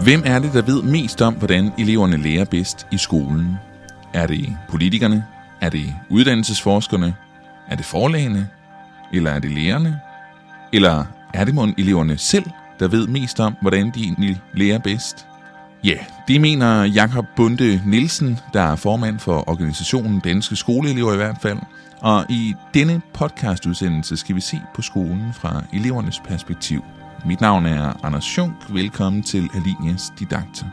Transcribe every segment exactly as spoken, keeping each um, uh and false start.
Hvem er det, der ved mest om, hvordan eleverne lærer bedst i skolen? Er det politikerne? Er det uddannelsesforskerne? Er det forlagene? Eller er det lærerne? Eller er det mon eleverne selv, der ved mest om, hvordan de egentlig lærer bedst? Ja, det mener Jakob Bunde Nielsen, der er formand for organisationen Danske Skoleelever i hvert fald. Og i denne podcastudsendelse skal vi se på skolen fra elevernes perspektiv. Mit navn er Anders Schunk. Velkommen til Alinias Didakter.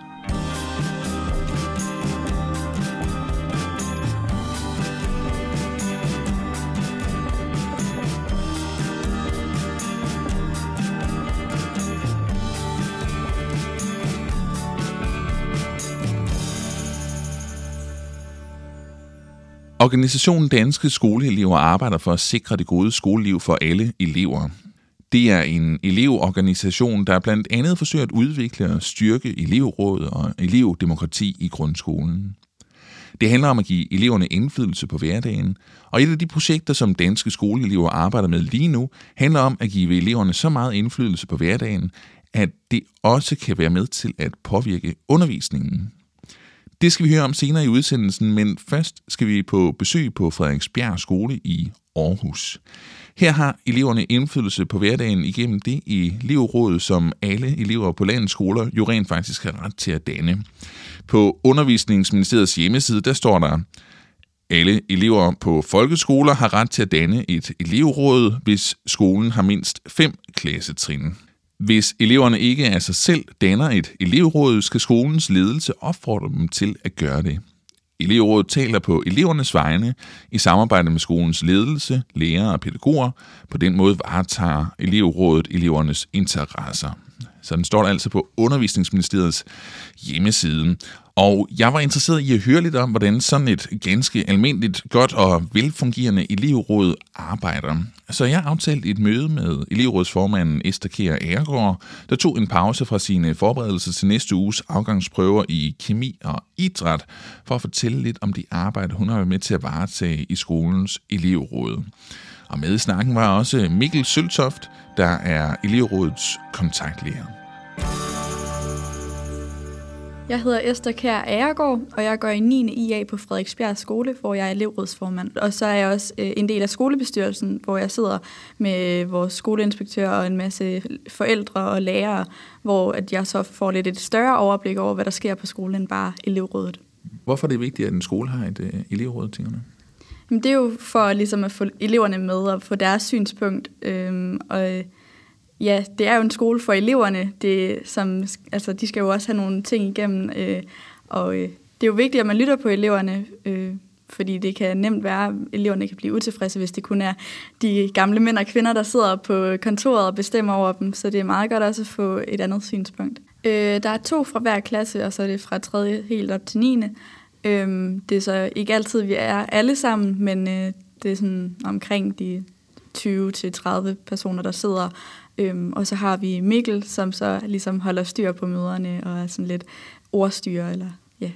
Organisationen Danske Skoleelever arbejder for at sikre det gode skoleliv for alle elever. Det er en elevorganisation, der blandt andet forsøger at udvikle og styrke elevråd og elevdemokrati i grundskolen. Det handler om at give eleverne indflydelse på hverdagen, og et af de projekter, som Danske Skoleelever arbejder med lige nu, handler om at give eleverne så meget indflydelse på hverdagen, at det også kan være med til at påvirke undervisningen. Det skal vi høre om senere i udsendelsen, men først skal vi på besøg på Frederiksbjerg Skole i Aarhus. Her har eleverne indflydelse på hverdagen igennem det elevråd, som alle elever på landets skoler jo rent faktisk har ret til at danne. På Undervisningsministeriets hjemmeside, der står der: alle elever på folkeskoler har ret til at danne et elevråd, hvis skolen har mindst fem klassetrin. Hvis eleverne ikke af sig selv danner et elevråd, skal skolens ledelse opfordre dem til at gøre det. Elevrådet taler på elevernes vegne i samarbejde med skolens ledelse, lærere og pædagoger. På den måde varetager elevrådet elevernes interesser. Sådan står det altså på Undervisningsministeriets hjemmeside. Og jeg var interesseret i at høre lidt om, hvordan sådan et ganske almindeligt, godt og velfungerende elevråd arbejder. Så jeg aftalte et møde med elevrådsformanden Esther Kjær Agergaard, der tog en pause fra sine forberedelser til næste uges afgangsprøver i kemi og idræt, for at fortælle lidt om det arbejde, hun har været med til at varetage i skolens elevråd. Og med i snakken var også Mikkel Søltoft, der er elevrådets kontaktlærer. Jeg hedder Esther Kjær Agergaard, og jeg går i niende I A på Frederiksbjerg Skole, hvor jeg er elevrådsformand. Og så er jeg også en del af skolebestyrelsen, hvor jeg sidder med vores skoleinspektør og en masse forældre og lærere, hvor at jeg så får lidt et større overblik over, hvad der sker på skolen, end bare elevrådet. Hvorfor er det vigtigt, at en skole har et uh, elevråd, tænker du? Det er jo for ligesom at få eleverne med og få deres synspunkt. Øhm, og ja, det er jo en skole for eleverne. Det, som, altså, de skal jo også have nogle ting igennem. Øh, og øh, det er jo vigtigt, at man lytter på eleverne, øh, fordi det kan nemt være, at eleverne kan blive utilfredse, hvis det kun er de gamle mænd og kvinder, der sidder på kontoret og bestemmer over dem. Så det er meget godt også at få et andet synspunkt. Øh, der er to fra hver klasse, og så er det fra tredje helt op til niende Øhm, det er så ikke altid, vi er alle sammen, men øh, det er sådan omkring de tyve til tredive personer, der sidder. Øhm, og så har vi Mikkel, som så ligesom holder styr på møderne og er sådan lidt ordstyrer. Eller, yeah.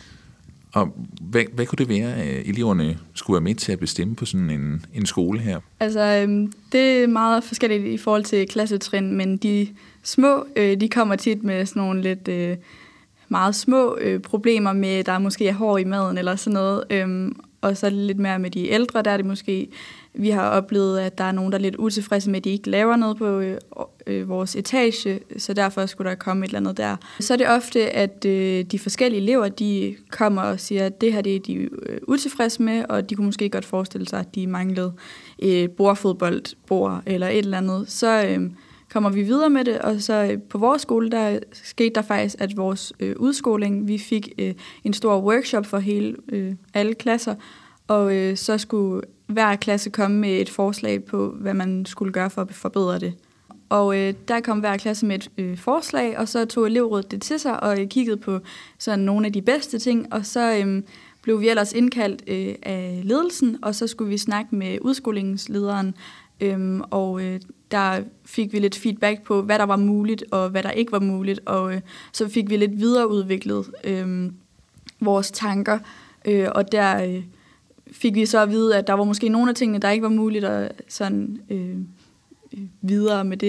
Og hvad, hvad kunne det være, at eleverne skulle være med til at bestemme på sådan en, en skole her? Altså, øhm, det er meget forskelligt i forhold til klassetrin, men de små, øh, de kommer tit med sådan nogle lidt Øh, meget små øh, problemer med, der måske er hår i maden eller sådan noget. Øhm, og så lidt mere med de ældre, der er det måske, vi har oplevet, at der er nogen, der er lidt utilfredse med, at de ikke laver noget på øh, øh, vores etage, så derfor skulle der komme et eller andet der. Så er det ofte, at øh, de forskellige elever, de kommer og siger, at det her det er de øh, utilfredse med, og de kunne måske godt forestille sig, at de manglede et øh, bordfodboldbord eller et eller andet. Så øh, kommer vi videre med det, og så på vores skole, der skete der faktisk, at vores øh, udskoling, vi fik øh, en stor workshop for hele øh, alle klasser, og øh, så skulle hver klasse komme med et forslag på, hvad man skulle gøre for at forbedre det. Og øh, der kom hver klasse med et øh, forslag, og så tog elevrådet det til sig og øh, kiggede på sådan nogle af de bedste ting, og så øh, blev vi ellers indkaldt øh, af ledelsen, og så skulle vi snakke med udskolingslederen, øh, og øh, der fik vi lidt feedback på, hvad der var muligt, og hvad der ikke var muligt, og øh, så fik vi lidt videreudviklet øh, vores tanker, øh, og der øh, fik vi så at vide, at der var måske nogle af tingene, der ikke var muligt at sådan øh, videre med det.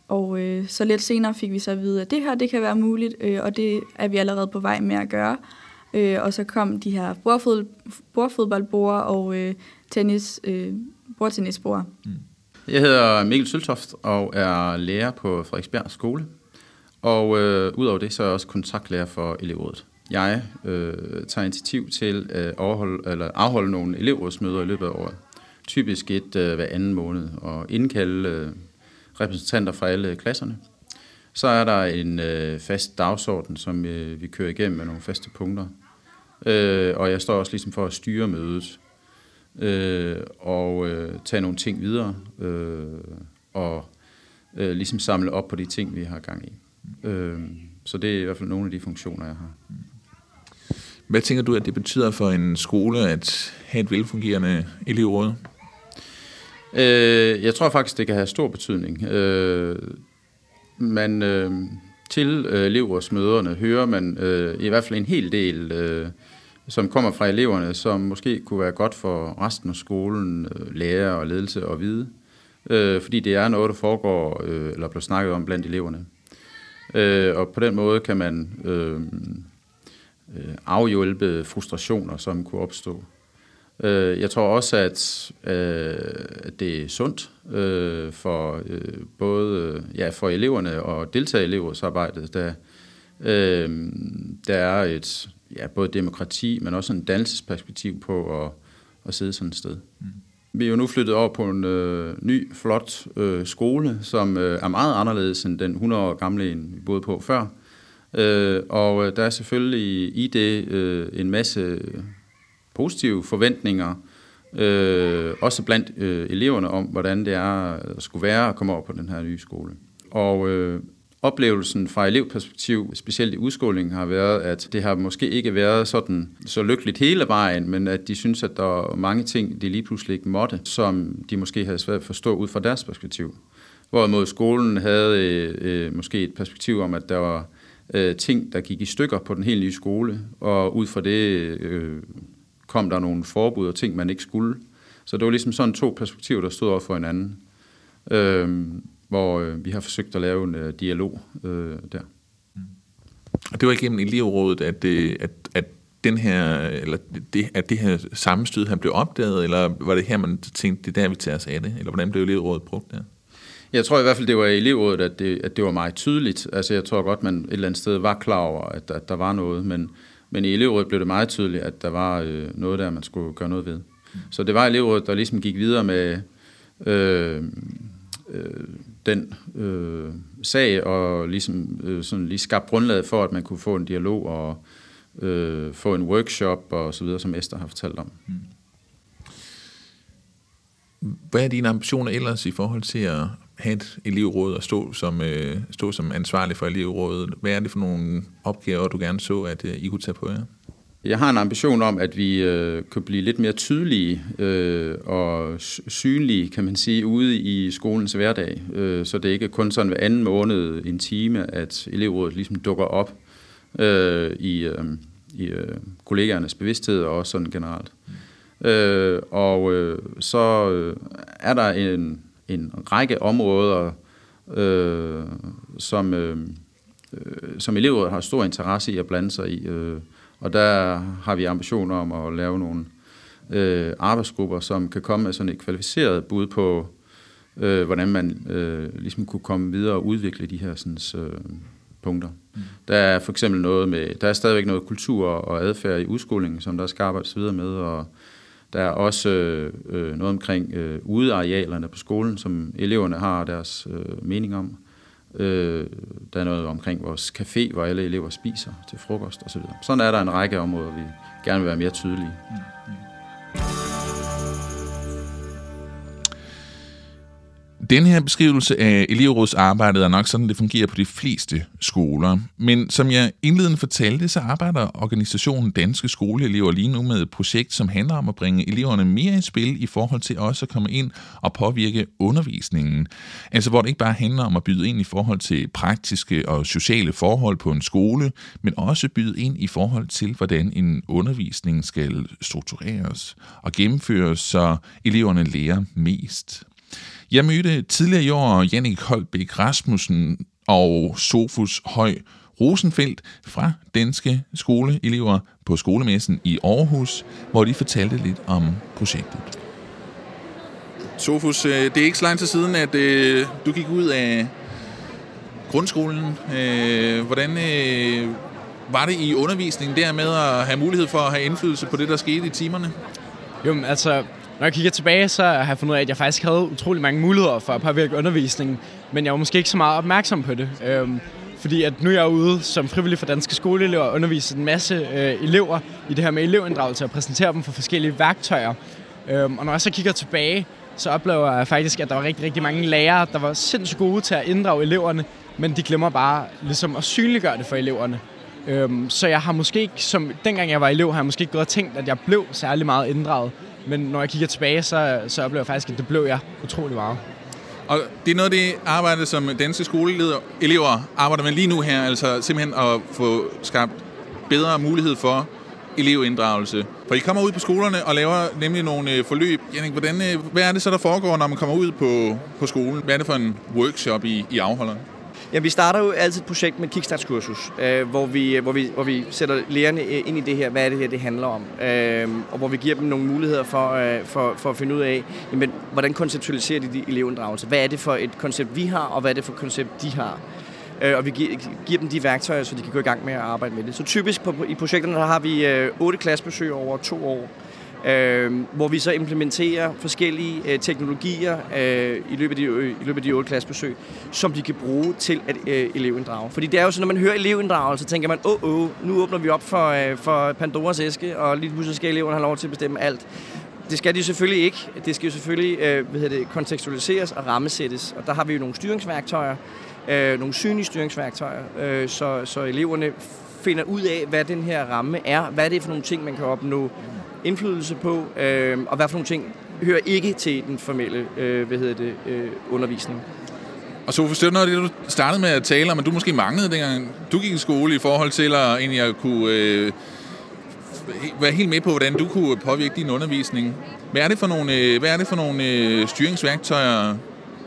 Og øh, så lidt senere fik vi så at vide, at det her det kan være muligt, øh, og det er vi allerede på vej med at gøre. Øh, og så kom de her bordfod, bordfodboldbord og øh, tennis, øh, bordtennisbord. Mm. Jeg hedder Mikkel Søltoft og er lærer på Frederiksberg Skole. Og øh, udover det, så er jeg også kontaktlærer for elevrådet. Jeg øh, tager initiativ til at overholde, eller afholde nogle elevrådsmøder i løbet af året. Typisk et øh, hver anden måned, og indkalde øh, repræsentanter fra alle klasserne. Så er der en øh, fast dagsorden, som øh, vi kører igennem med nogle faste punkter. Øh, og jeg står også ligesom for at styre mødet øh, og øh, tage nogle ting videre øh, og øh, ligesom samle op på de ting, vi har gang i. Øh, så det er i hvert fald nogle af de funktioner, jeg har. Hvad tænker du, at det betyder for en skole at have et velfungerende elevråd? Øh, jeg tror faktisk, det kan have stor betydning. Øh, man, øh, til øh, elevrådsmøderne hører man øh, i hvert fald en hel del, øh, som kommer fra eleverne, som måske kunne være godt for resten af skolen, øh, lærer og ledelse at vide. Øh, fordi det er noget, der foregår, øh, eller bliver snakket om blandt eleverne. Øh, og på den måde kan man øh, afhjælpe frustrationer, som kunne opstå. Jeg tror også, at, at det er sundt for både ja, for eleverne og deltage i elevrådsarbejdet, da der er et ja, både demokrati, men også en dannelsesperspektiv på at, at sidde sådan et sted. Mm. Vi er jo nu flyttet over på en øh, ny, flot øh, skole, som øh, er meget anderledes end den hundrede år gamle, end vi boede på før. Øh, og der er selvfølgelig i det øh, en masse positive forventninger, øh, også blandt øh, eleverne om, hvordan det er at skulle være at komme over på den her nye skole. Og øh, oplevelsen fra elevperspektiv, specielt i udskolingen, har været, at det har måske ikke været sådan så lykkeligt hele vejen, men at de synes, at der er mange ting, de lige pludselig ikke måtte, som de måske havde svært at forstå ud fra deres perspektiv. Hvorimod skolen havde øh, måske et perspektiv om, at der var øh, ting, der gik i stykker på den helt nye skole, og ud fra det øh, kom der nogle forbud og ting, man ikke skulle. Så det var ligesom sådan to perspektiver, der stod over for hinanden. Øh, hvor øh, vi har forsøgt at lave en øh, dialog øh, der. Og det var igennem elevrådet, at, øh, at, at, den her, eller det, at det her sammenstød her blev opdaget, eller var det her, man tænkte, det er der, vi tager os af det? Eller hvordan blev elevrådet brugt der? Jeg tror i hvert fald, det var i elevrådet, at det, at det var meget tydeligt. Altså jeg tror godt, man et eller andet sted var klar over, at, at der var noget, men, men i elevrådet blev det meget tydeligt, at der var øh, noget der, man skulle gøre noget ved. Mm. Så det var elevrådet, der ligesom gik videre med øh, øh, den øh, sag, og ligesom øh, sådan lige skabte grundlaget for, at man kunne få en dialog og øh, få en workshop og så videre, som Esther har fortalt om. Mm. Hvad er dine ambitioner ellers i forhold til at have et elevråd og stå som, øh, stå som ansvarlig for elevrådet? Hvad er det for nogle opgaver, du gerne så, at øh, I kunne tage på jer? Jeg har en ambition om, at vi øh, kan blive lidt mere tydelige øh, og synlige, kan man sige, ude i skolens hverdag. Øh, så det ikke er kun sådan hver anden måned, en time, at elevrådet ligesom dukker op øh, i, øh, i øh, kollegernes bevidsthed og også sådan generelt. Mm. Øh, og øh, så øh, er der en, en række områder, øh, som, øh, som elevrådet har stor interesse i at blande sig i. Øh, Og der har vi ambitioner om at lave nogle øh, arbejdsgrupper, som kan komme med sådan et kvalificeret bud på, øh, hvordan man øh, ligesom kunne komme videre og udvikle de her sådan, øh, punkter. Mm. Der er for eksempel noget med, der er stadigvæk noget kultur og adfærd i udskolingen, som der skal arbejdes videre med, og der er også øh, noget omkring øh, udearealerne på skolen, som eleverne har deres øh, mening om. Øh, der er noget omkring vores café, hvor alle elever spiser til frokost osv. Sådan er der en række områder, vi gerne vil være mere tydelige. Mm. Den her beskrivelse af elevrådsarbejdet er nok sådan, det fungerer på de fleste skoler. Men som jeg indledende fortalte, så arbejder organisationen Danske Skoleelever lige nu med et projekt, som handler om at bringe eleverne mere i spil i forhold til også at komme ind og påvirke undervisningen. Altså hvor det ikke bare handler om at byde ind i forhold til praktiske og sociale forhold på en skole, men også byde ind i forhold til, hvordan en undervisning skal struktureres og gennemføres, så eleverne lærer mest. Jeg mødte tidligere i år Jannik Holbæk Rasmussen og Sofus Høj Rosenfeldt fra Danske Skoleelever på skolemessen i Aarhus, hvor de fortalte lidt om projektet. Sofus, det er ikke så lang tid siden, at øh, du gik ud af grundskolen. Øh, hvordan øh, var det i undervisningen der med at have mulighed for at have indflydelse på det, der skete i timerne? Jo, altså, når jeg kigger tilbage, så har jeg fundet ud af, at jeg faktisk havde utrolig mange muligheder for at påvirke undervisningen, men jeg var måske ikke så meget opmærksom på det. Øhm, fordi at nu er jeg ude som frivillig for Danske Skoleelever og underviser en masse øh, elever i det her med elevinddragelse og præsentere dem for forskellige værktøjer. Øhm, og når jeg så kigger tilbage, så oplever jeg faktisk, at der var rigtig, rigtig mange lærere, der var sindssygt gode til at inddrage eleverne, men de glemmer bare ligesom at synliggøre det for eleverne. Øhm, så jeg har måske ikke, som dengang jeg var elev, har jeg måske ikke gået og tænkt, at jeg blev særlig meget inddraget. Men når jeg kigger tilbage, så, så oplever jeg faktisk, at det blev jeg utrolig meget. Og det er noget af det arbejde, som Danske Skoleelever arbejder med lige nu her, altså simpelthen at få skabt bedre mulighed for elevinddragelse. For I kommer ud på skolerne og laver nemlig nogle forløb. Jannik, hvordan, hvad er det så, der foregår, når man kommer ud på, på skolen? Hvad er det for en workshop, I, I afholder? Ja, vi starter jo altid et projekt med et kickstartskursus, øh, hvor, vi, hvor, vi, hvor vi sætter lærerne ind i det her, hvad er det her, det handler om. Øh, og hvor vi giver dem nogle muligheder for, øh, for, for at finde ud af, jamen, hvordan konceptualiserer de, de elevinddragelse? Hvad er det for et koncept, vi har, og hvad er det for et koncept, de har? Øh, og vi giver, giver dem de værktøjer, så de kan gå i gang med at arbejde med det. Så typisk på, i projekterne der har vi øh, otte klassebesøg over to år. Øh, hvor vi så implementerer forskellige øh, teknologier øh, i, løbet af de, øh, i løbet af de otte klassebesøg, som de kan bruge til at øh, elevinddrage. Fordi det er jo sådan, når man hører elevinddragelse, så tænker man, åh, oh, oh, nu åbner vi op for, øh, for Pandoras æske, og lige pludselig skal eleverne have lov til at bestemme alt. Det skal de selvfølgelig ikke. Det skal jo selvfølgelig øh, hvad hedder det, kontekstualiseres og rammesættes. Og der har vi jo nogle styringsværktøjer, øh, nogle synlige styringsværktøjer, øh, så, så eleverne finder ud af, hvad den her ramme er, hvad er det for nogle ting, man kan opnå indflydelse på, øh, og hvad for nogle ting hører ikke til den formelle øh, hvad hedder det, øh, undervisning. Og så forstår du noget af det, du startede med at tale om, at du måske manglede, dengang du gik i skole, i forhold til at egentlig at kunne øh, være helt med på, hvordan du kunne påvirke din undervisning. Hvad er det for nogle, øh, hvad er det for nogle øh, styringsværktøjer,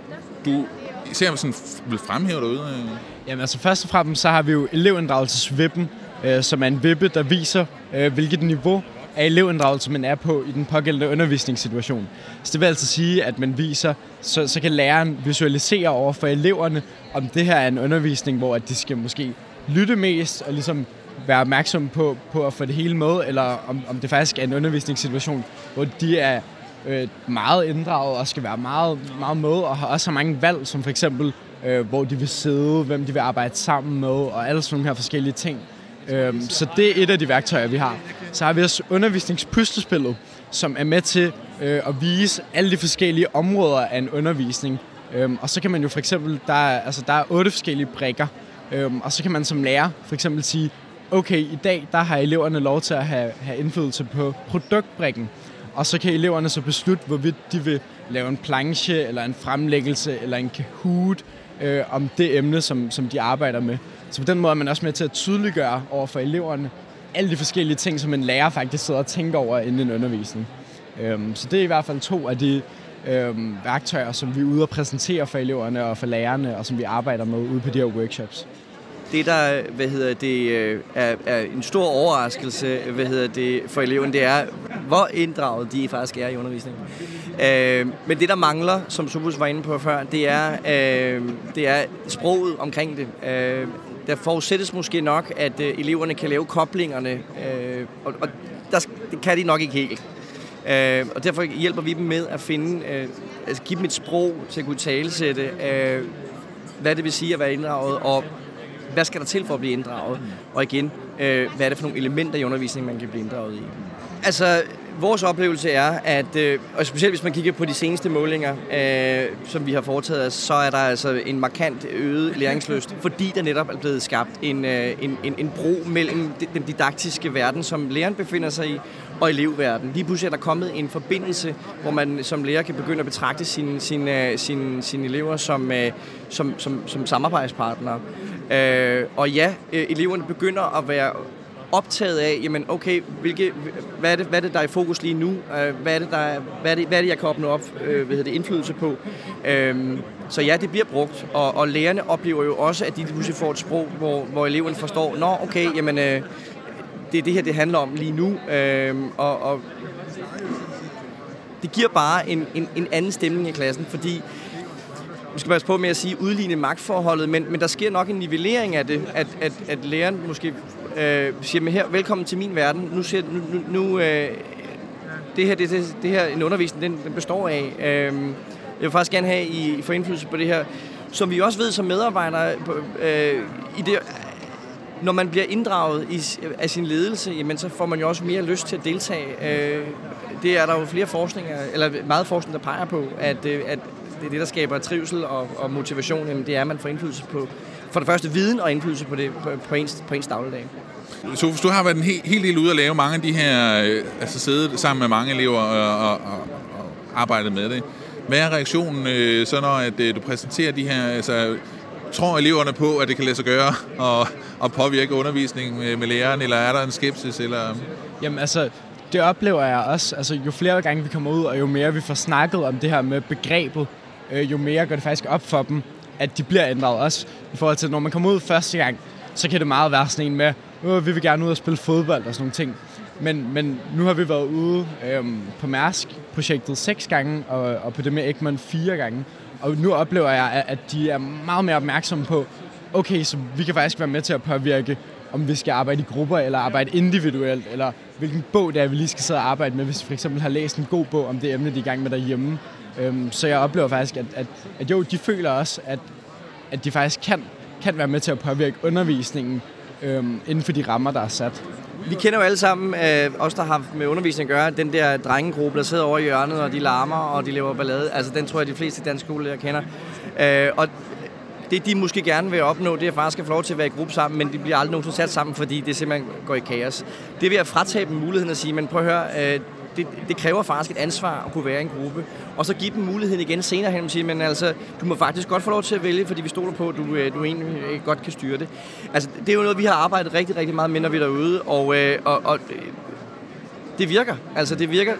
du især sådan vil fremhæve derude? Jamen altså først og fremmest så har vi jo elevinddragelsesvippen, øh, som er en vippe, der viser, øh, hvilket niveau af elevinddragelse man er på i den pågældende undervisningssituation. Så det vil altså sige, at man viser, så, så kan læreren visualisere over for eleverne, om det her er en undervisning, hvor at de skal måske lytte mest og ligesom være opmærksom på, på at få det hele med, eller om, om det faktisk er en undervisningssituation, hvor de er øh, meget inddraget og skal være meget, meget med, og har også har mange valg, som for eksempel, øh, hvor de vil sidde, hvem de vil arbejde sammen med, og alle sådan nogle her forskellige ting. Øhm, så det er et af de værktøjer, vi har. Så har vi også undervisningspuslespillet, som er med til øh, at vise alle de forskellige områder af en undervisning. Øhm, og så kan man jo for eksempel, der er, altså, der er otte forskellige brikker, øhm, og så kan man som lærer for eksempel sige, okay, i dag der har eleverne lov til at have, have indflydelse på produktbrikken. Og så kan eleverne så beslutte, hvorvidt de vil lave en planche, eller en fremlæggelse, eller en Kahoot øh, om det emne, som, som de arbejder med. Så på den måde er man også med til at tydeliggøre over for eleverne alle de forskellige ting, som en lærer faktisk sidder og tænker over inden en undervisning. Øhm, så det er i hvert fald to af de øhm, værktøjer, som vi er ude og præsentere for eleverne og for lærerne, og som vi arbejder med ude på de her workshops. Det, der hvad hedder det, er, er en stor overraskelse hvad hedder det, for eleverne, det er, hvor inddraget de faktisk er i undervisningen. Øh, men det, der mangler, som Sofus var inde på før, det er, øh, det er sproget omkring det. Øh, der forudsættes måske nok, at øh, eleverne kan lave koblingerne, øh, og, og der, det kan de nok ikke helt. Øh, og derfor hjælper vi dem med at finde, øh, altså give dem et sprog til at kunne talesætte, øh, hvad det vil sige at være inddraget, og hvad skal der til for at blive inddraget? Og igen, øh, hvad er det for nogle elementer i undervisningen, man kan blive inddraget i? Altså, vores oplevelse er, at, øh, og specielt hvis man kigger på de seneste målinger, øh, som vi har foretaget, så er der altså en markant øget læringslyst, fordi der netop er blevet skabt en, øh, en, en, en bro mellem den didaktiske verden, som læreren befinder sig i, og elevverden. Lige pludselig er der kommet en forbindelse, hvor man som lærer kan begynde at betragte sine, sine, sine, sine elever som, som, som, som samarbejdspartnere. Øh, og ja, eleverne begynder at være optaget af, jamen okay, hvilke, hvad, er det, hvad er det, der er i fokus lige nu? Hvad er det, der er, hvad er det, hvad er det jeg kan opnå op, hvad hedder det, indflydelse på? Øhm, så ja, det bliver brugt, og, og lærerne oplever jo også, at de pludselig får et sprog, hvor, hvor eleven forstår, nå okay, jamen øh, det er det her, det handler om lige nu, øhm, og, og det giver bare en, en, en anden stemning i klassen, fordi vi skal passe på med at sige udligne magtforholdet, men, men der sker nok en nivellering af det, at, at, at læreren måske øh, siger, men her, velkommen til min verden, nu ser nu, nu øh, det her, det, det, det her en undervisning, den, den består af. Øh, jeg vil faktisk gerne have, I får indflydelse på det her, som vi også ved som medarbejdere, øh, i det, når man bliver inddraget i, af sin ledelse, jamen, så får man jo også mere lyst til at deltage. Øh, det er der jo flere forskninger, eller meget forskning, der peger på, at, at det er det, der skaber trivsel og, og motivation, jamen, det er, at man får indflydelse på, for det første viden og indflydelse på, det, på, på, ens, på ens dagligdag. Sofus, du har været en helt, helt del ude at lave mange af de her, øh, altså sidde sammen med mange elever og, og, og, og arbejde med det. Hvad er reaktionen øh, så, når at, øh, du præsenterer de her, altså tror eleverne på, at det kan lade sig gøre og, og påvirke undervisningen med, med læreren, eller er der en skepsis? Eller? Jamen altså, det oplever jeg også. Altså, jo flere gange vi kommer ud, og jo mere vi får snakket om det her med begrebet, øh, jo mere går det faktisk op for dem, at de bliver ændret også. I forhold til, når man kommer ud første gang, så kan det meget være sådan en med, øh, vi vil gerne ud og spille fodbold og sådan nogle ting. Men, men nu har vi været ude øh, på Mærsk-projektet seks gange, og, og på det med Egmont fire gange. Og nu oplever jeg, at de er meget mere opmærksomme på, okay, så vi kan faktisk være med til at påvirke, om vi skal arbejde i grupper, eller arbejde individuelt, eller hvilken bog det er, vi lige skal sidde og arbejde med, hvis vi for eksempel har læst en god bog om det emne, de er i gang med derhjemme. Øhm, så jeg oplever faktisk, at, at, at jo, de føler også, at, at de faktisk kan, kan være med til at påvirke undervisningen øhm, inden for de rammer, der er sat. Vi kender jo alle sammen, øh, os der har med undervisning at gøre, den der drengegruppe, der sidder over i hjørnet, og de larmer, og de laver ballade. Altså, den tror jeg, de fleste danske skolelærer kender. Øh, og det, de måske gerne vil opnå, det er faktisk at få lov til at være i gruppe sammen, men de bliver aldrig nogensinde sat sammen, fordi det simpelthen går i kaos. Det vil at fratage dem muligheden at sige, men prøv at høre, øh, det, det kræver faktisk et ansvar at kunne være i en gruppe. Og så give dem muligheden igen senere hen og sige, men altså, du må faktisk godt få lov til at vælge, fordi vi stoler på, at du, du egentlig godt kan styre det. Altså, det er jo noget, vi har arbejdet rigtig, rigtig meget med, når vi er derude, og, øh, og, og det virker. Altså, det virker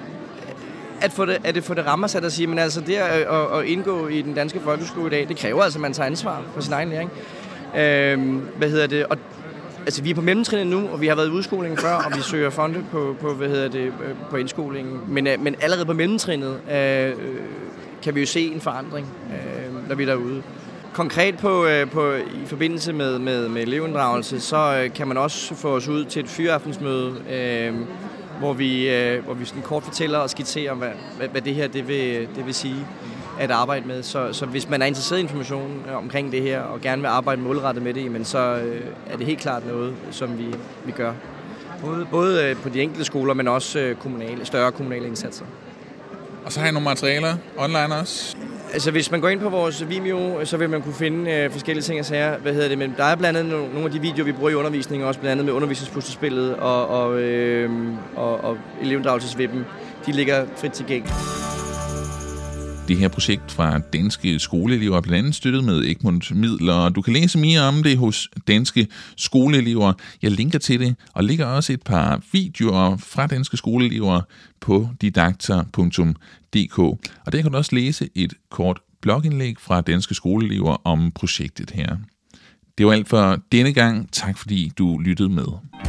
at få det, at det, få det rammer sig at sige, men altså, det at, at indgå i den danske folkeskole i dag, det kræver altså, at man tager ansvar for sin egen læring. Øh, hvad hedder det? Og altså, vi er på mellemtrinnet nu, og vi har været i udskoling før, og vi søger fonde på, på hvad hedder det, på indskolingen. Men, men allerede på mellemtrinnet øh, kan vi jo se en forandring, øh, når vi er derude. Konkret på, øh, på, i forbindelse med, med, med elevinddragelse, så øh, kan man også få os ud til et fyraftensmøde, øh, hvor vi, øh, hvor vi sådan kort fortæller og skitserer, hvad, hvad, hvad det her det vil, det vil sige at arbejde med. Så, så hvis man er interesseret i information omkring det her, og gerne vil arbejde målrettet med det, men så øh, er det helt klart noget, som vi, vi gør. Både, både på de enkelte skoler, men også kommunale, større kommunale indsatser. Og så har jeg nogle materialer online også. Altså, hvis man går ind på vores Vimeo, så vil man kunne finde øh, forskellige ting og sager. Hvad hedder det? Men der er blandt andet nogle, nogle af de videoer, vi bruger i undervisningen, også blandt andet med undervisningspuslespillet og, og, øh, og, og elevinddragelsesvippen. De ligger frit tilgængeligt. Det her projekt fra Danske Skoleelever er blandt andet støttet med Egmont-midler, og du kan læse mere om det hos Danske Skoleelever. Jeg linker til det, og lægger også et par videoer fra Danske Skoleelever på didakter punktum d k. Og der kan du også læse et kort blogindlæg fra Danske Skoleelever om projektet her. Det var alt for denne gang. Tak fordi du lyttede med.